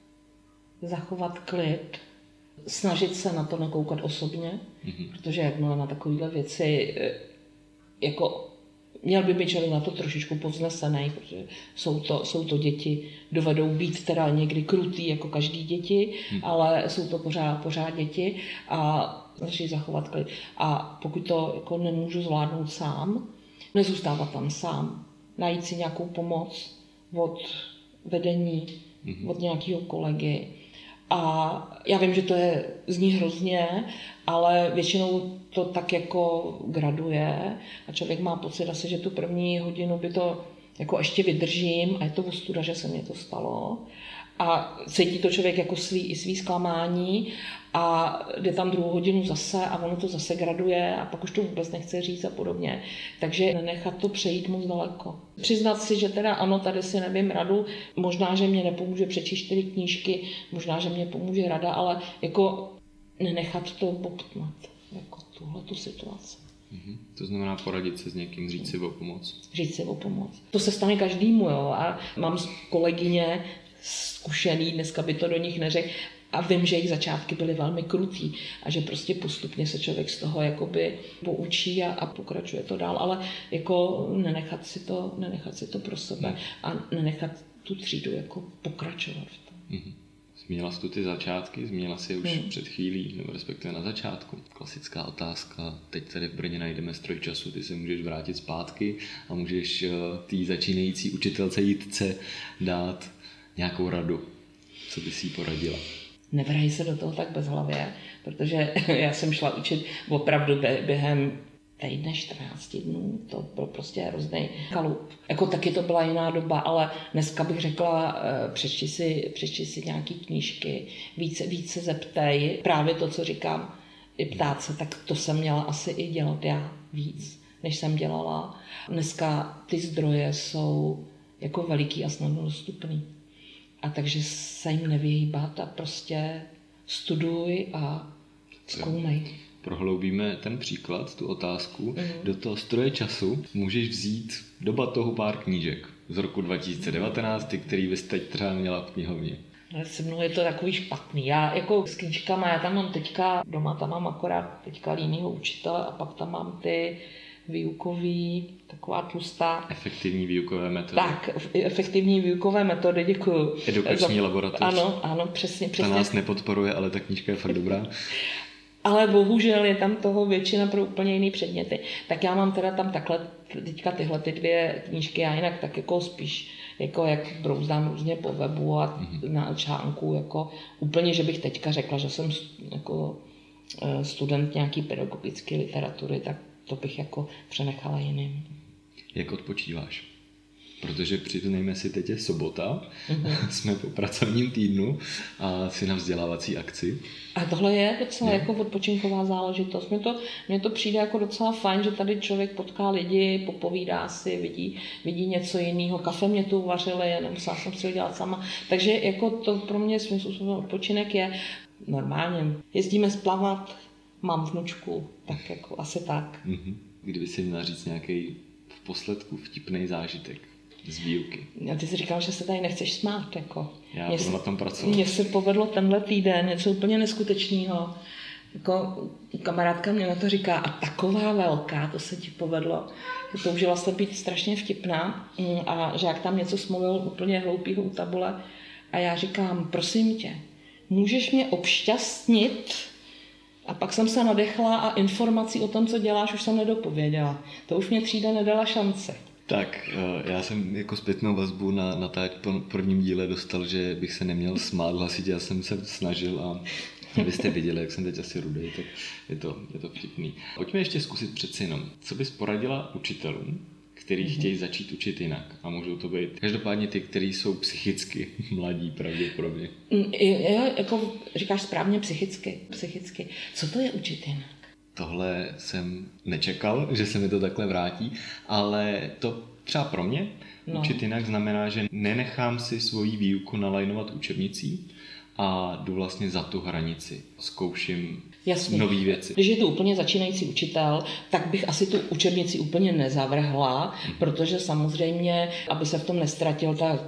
A: zachovat klid, snažit se na to nekoukat osobně, mm-hmm. protože jakmile na takovéhle věci, jako měl by být člověk na to trošičku povznesený, protože jsou to, jsou to děti, dovedou být teda někdy krutý jako každý děti, hmm. ale jsou to pořád, pořád děti a začít zachovat klid. A pokud to jako nemůžu zvládnout sám, nezůstávat tam sám, najít si nějakou pomoc od vedení, hmm. od nějakého kolegy. A já vím, že to je, zní hrozně, ale většinou to tak jako graduje a člověk má pocit asi, že tu první hodinu by to jako ještě vydržím a je to ostuda, že se mi to stalo. A cítí to člověk jako svý, i svý zklamání a jde tam druhou hodinu zase a ono to zase graduje a pak už to vůbec nechce říct a podobně. Takže nenechat to přejít moc daleko. Přiznat si, že teda ano, tady si nevím radu, možná, že mě nepomůže přečíst čtyři knížky, možná, že mě pomůže rada, ale jako nenechat to bobtnat, jako tuhle tu situaci.
B: Mm-hmm. To znamená poradit se s někým, říct si o pomoc.
A: Říct si o pomoc. To se stane každému, jo. A mám kolegyně zkušený, dneska by to do nich neřekl, a vím, že jejich začátky byly velmi krutý a že prostě postupně se člověk z toho jakoby poučí a, a pokračuje to dál, ale jako nenechat si to, nenechat si to pro sebe a nenechat tu třídu jako pokračovat v tom.
B: Mm-hmm. Zmínila jsi tu ty začátky, zmínila jsi už hmm. před chvílí, nebo respektive na začátku. Klasická otázka, teď tady v Brně najdeme stroj času, ty se můžeš vrátit zpátky a můžeš té začínající učitelce Jitce dát nějakou radu. Co bys jí poradila?
A: Nevrhej se do toho tak bezhlavě, protože já jsem šla učit opravdu během týdne, čtrnáct dnů, to byl prostě hrozný kalup. Jako taky to byla jiná doba, ale dneska bych řekla, přečti si, přečti si nějaký knížky, více, více zeptej, právě to, co říkám, i ptát se, tak to jsem měla asi i dělat já víc, než jsem dělala. Dneska ty zdroje jsou jako veliký a snadno dostupný. A takže se jim nevyhýbat a prostě studuj a zkoumej.
B: Prohloubíme ten příklad, tu otázku. Mm. Do toho stroje času můžeš vzít do batohu pár knížek z roku dva tisíce devatenáct, ty, který bys teď třeba měla v knihovně.
A: No, se mnou je to takový špatný. Já jako s knížkama, já tam mám teďka, doma tam mám akorát teďka jinýho učitele a pak tam mám ty výukový, taková tlustá.
B: Efektivní výukové metody.
A: Tak, efektivní výukové metody, děkuju.
B: Edukační Za... laboratoř.
A: Ano, ano, přesně, přesně.
B: Ta nás nepodporuje, ale ta knížka je fakt dobrá.
A: Ale bohužel je tam toho většina pro úplně jiný předměty. Tak já mám teda tam takhle, teďka tyhle ty dvě knížky, já jinak tak jako spíš, jako jak brouzdám různě po webu a mm-hmm. na článku, jako úplně, že bych teďka řekla, že jsem jako student nějaký pedagogické literatury, tak to bych jako přenechala jiným.
B: Jak odpočíváš? Protože přiznejme si, teď je sobota, mm-hmm. jsme po pracovním týdnu a si na vzdělávací akci.
A: A tohle je docela no. jako odpočinková záležitost. Mně to, mně to přijde jako docela fajn, že tady člověk potká lidi, popovídá si, vidí, vidí něco jiného. Kafe mě tu uvařili, nemusela jsem si ho dělat sama. Takže jako to pro mě svým způsobem odpočinek je normálně. Jezdíme splavat, mám vnučku, tak jako asi tak.
B: Mm-hmm. Kdyby si měla říct nějaký v posledku vtipný zážitek z výuky.
A: A ty jsi říkal, že se tady nechceš smát. Jako.
B: Já budu na tom pracovat.
A: Mně se povedlo tenhle týden něco úplně neskutečného. Jako kamarádka mě na to říká, a taková velká, to se ti povedlo. Toužila jsem být strašně vtipná a žák tam něco smluvil úplně hloupýho u tabule. A já říkám, prosím tě, můžeš mě obšťastnit? A pak jsem se nadechla a informací o tom, co děláš, už jsem nedopověděla. To už mě třída nedala šance.
B: Tak, já jsem jako zpětnou vazbu na, na táť po prvním díle dostal, že bych se neměl smát hlasitě, já jsem se snažil a abyste viděli, jak jsem teď asi rudej, tak je to, je to vtipný. Pojďme ještě zkusit přeci jenom, co bys poradila učitelům, kteří mm-hmm. chtějí začít učit jinak a můžou to být každopádně ty, kteří jsou psychicky mladí pravděpodobně.
A: Jo, jako říkáš správně psychicky, psychicky. Co to je učit jinak?
B: Tohle jsem nečekal, že se mi to takhle vrátí, ale to třeba pro mě no. učit jinak znamená, že nenechám si svoji výuku nalajnovat učebnicí a jdu vlastně za tu hranici. Zkouším nové věci.
A: Když je to úplně začínající učitel, tak bych asi tu učebnici úplně nezavrhla, hmm. protože samozřejmě, aby se v tom nestratil, tak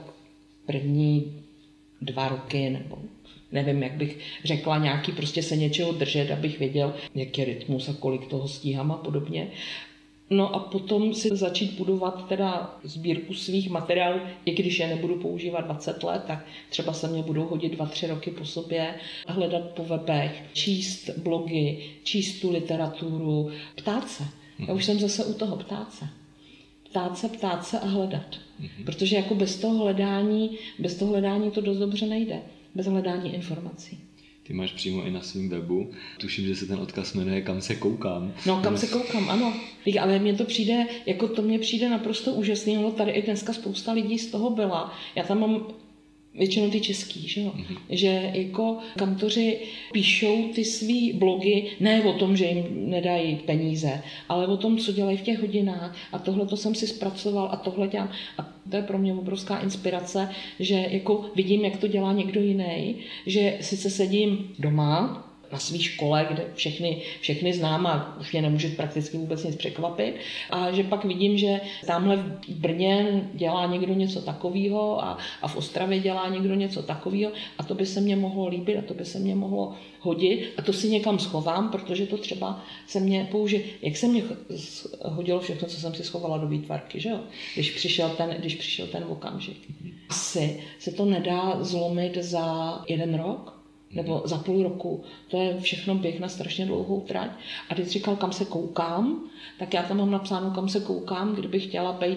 A: první dva roky nebo nevím, jak bych řekla, nějaký prostě se něčeho držet, abych věděl, jaký je rytmus a kolik toho stíhám a podobně. No a potom si začít budovat teda sbírku svých materiálů, i když je nebudu používat dvacet let, tak třeba se mě budou hodit dva, tři roky po sobě, hledat po webech, číst blogy, číst tu literaturu, ptát se. Já už jsem zase u toho, ptát se. Ptát se, ptát se a hledat. Protože jako bez toho hledání, bez toho hledání to dost dobře nejde. Bez hledání informací.
B: Ty máš přímo i na svém webu. Tuším, že se ten odkaz jmenuje Kam se koukám.
A: No, kam se koukám, ano. Ale mně to přijde, jako to mně přijde naprosto úžasný. No, tady i dneska spousta lidí z toho byla. Já tam mám většinou ty český, že jo? Mm-hmm. Že jako kantoři píšou ty svý blogy, ne o tom, že jim nedají peníze, ale o tom, co dělají v těch hodinách a tohle to jsem si zpracoval a tohle dělám. A to je pro mě obrovská inspirace, že jako vidím, jak to dělá někdo jiný, že sice sedím doma na své škole, kde všechny, všechny znám a už mě nemůže prakticky vůbec nic překvapit. A že pak vidím, že tamhle v Brně dělá někdo něco takového a, a v Ostravě dělá někdo něco takového a to by se mně mohlo líbit a to by se mně mohlo hodit a to si někam schovám, protože to třeba se mně použije. Jak se mně hodilo všechno, co jsem si schovala do výtvarky, že jo? Když přišel ten, když přišel ten okamžik. Asi se to nedá zlomit za jeden rok, nebo za půl roku. To je všechno běh na strašně dlouhou trať. A když říkal, kam se koukám, tak já tam mám napsáno, kam se koukám. Kdybych chtěla být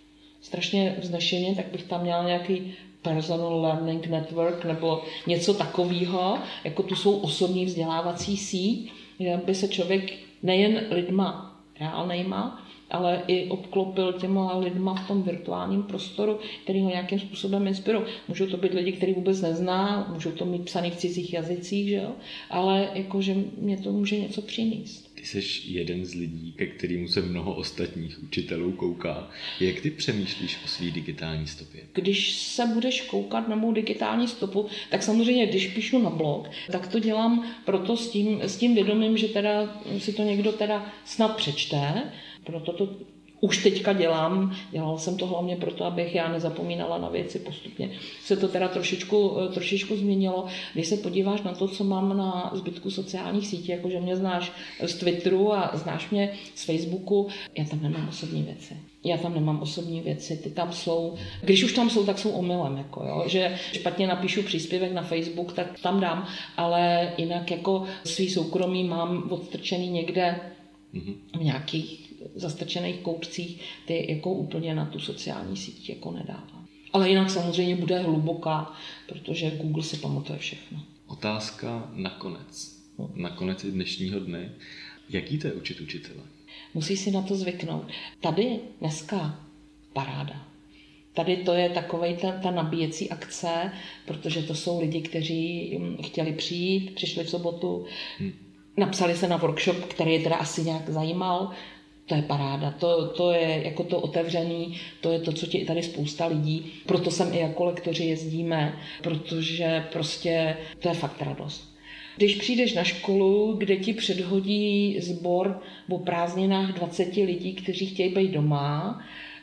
A: strašně vznešeně, tak bych tam měla nějaký personal learning network nebo něco takového, jako tu svou osobní vzdělávací síť, kde by se člověk nejen lidma reálnejma, ale i obklopil těma lidma v tom virtuálním prostoru, který ho nějakým způsobem inspirují. Můžou to být lidi, který vůbec nezná, můžou to mít psaný v cizích jazycích, že jo? Ale jakože mě to může něco přinést.
B: Ty jsi jeden z lidí, ke kterému se mnoho ostatních učitelů kouká. Jak ty přemýšlíš o svý digitální stopě?
A: Když se budeš koukat na mou digitální stopu, tak samozřejmě, když píšu na blog, tak to dělám proto s tím, s tím vědomím, že teda si to někdo teda snad přečte. Proto to už teďka dělám. Dělala jsem to hlavně proto, abych já nezapomínala na věci postupně. Se to teda trošičku, trošičku změnilo. Když se podíváš na to, co mám na zbytku sociálních sítí, jakože mě znáš z Twitteru a znáš mě z Facebooku, já tam nemám osobní věci. Já tam nemám osobní věci, ty tam jsou, když už tam jsou, tak jsou omylem, jako jo, že špatně napíšu příspěvek na Facebook, tak tam dám, ale jinak jako svý soukromí mám odstrčený někde v nějakých zastrčených koutcích, ty jako úplně na tu sociální síť jako nedávám. Ale jinak samozřejmě bude hluboká, protože Google si pamatuje všechno.
B: Otázka nakonec. No. Nakonec i dnešního dne. Jaký to je učit učitele?
A: Musí si na to zvyknout. Tady dneska paráda. Tady to je takovej ta, ta nabíjecí akce, protože to jsou lidi, kteří chtěli přijít, přišli v sobotu, hmm. napsali se na workshop, který je teda asi nějak zajímal. To je paráda, to, to je jako to otevřený, to je to, co ti tady spousta lidí, proto sem i jako lektoři jezdíme, protože prostě to je fakt radost. Když přijdeš na školu, kde ti předhodí sbor o prázdninách dvacet lidí, kteří chtějí být doma,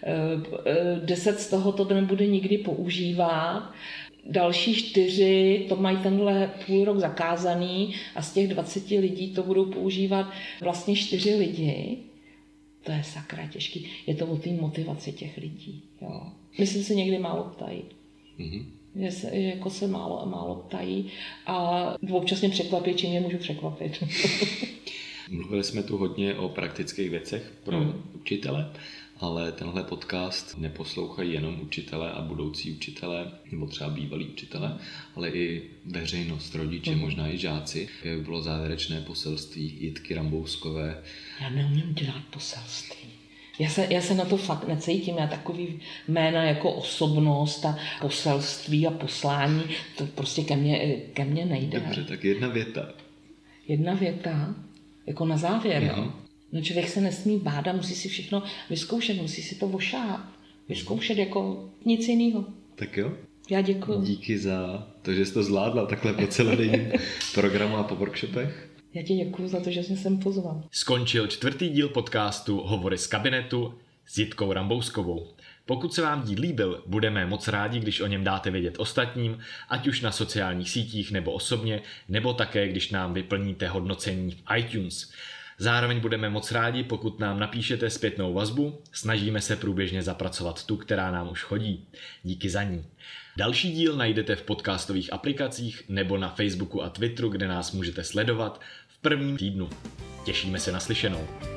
A: deset z toho to nebude nikdy používat, další čtyři to mají tenhle půl rok zakázaný a z těch dvaceti lidí to budou používat vlastně čtyři lidi. To je sakra těžký. Je to o té motivaci těch lidí. Jo. Myslím si, někdy málo ptají. Mm-hmm. Že se, jako se málo a málo ptají a občas mě překvapí, čím je můžu překvapit.
B: Mluvili jsme tu hodně o praktických věcech pro mm. učitele, ale tenhle podcast neposlouchají jenom učitele a budoucí učitele, nebo třeba bývalí učitele, ale i veřejnost, rodiče, mm. možná i žáci. Bylo závěrečné poselství Jitky Rambouskové.
A: Já neumím dělat poselství. Já se, já se na to fakt necítím, já takový jména jako osobnost a poselství a poslání, to prostě ke mně, ke mně nejde.
B: Dobře, tak jedna věta.
A: Jedna věta, jako na závěr,
B: mm.
A: jo. No člověk se nesmí bát a musí si všechno vyzkoušet, musí si to ošát. Vyzkoušet jako nic jiného.
B: Tak jo.
A: Já děkuju.
B: Díky za to, že jsi to zvládla takhle po celodenním programu a po workshopech.
A: Já ti děkuju za to, že jsi sem pozval.
C: Skončil čtvrtý díl podcastu Hovory z kabinetu s Jitkou Rambouskovou. Pokud se vám díl líbil, budeme moc rádi, když o něm dáte vědět ostatním, ať už na sociálních sítích nebo osobně, nebo také, když nám vyplníte hodnocení v iTunes. Zároveň budeme moc rádi, pokud nám napíšete zpětnou vazbu, snažíme se průběžně zapracovat tu, která nám už chodí. Díky za ní. Další díl najdete v podcastových aplikacích nebo na Facebooku a Twitteru, kde nás můžete sledovat v prvním týdnu. Těšíme se na slyšenou.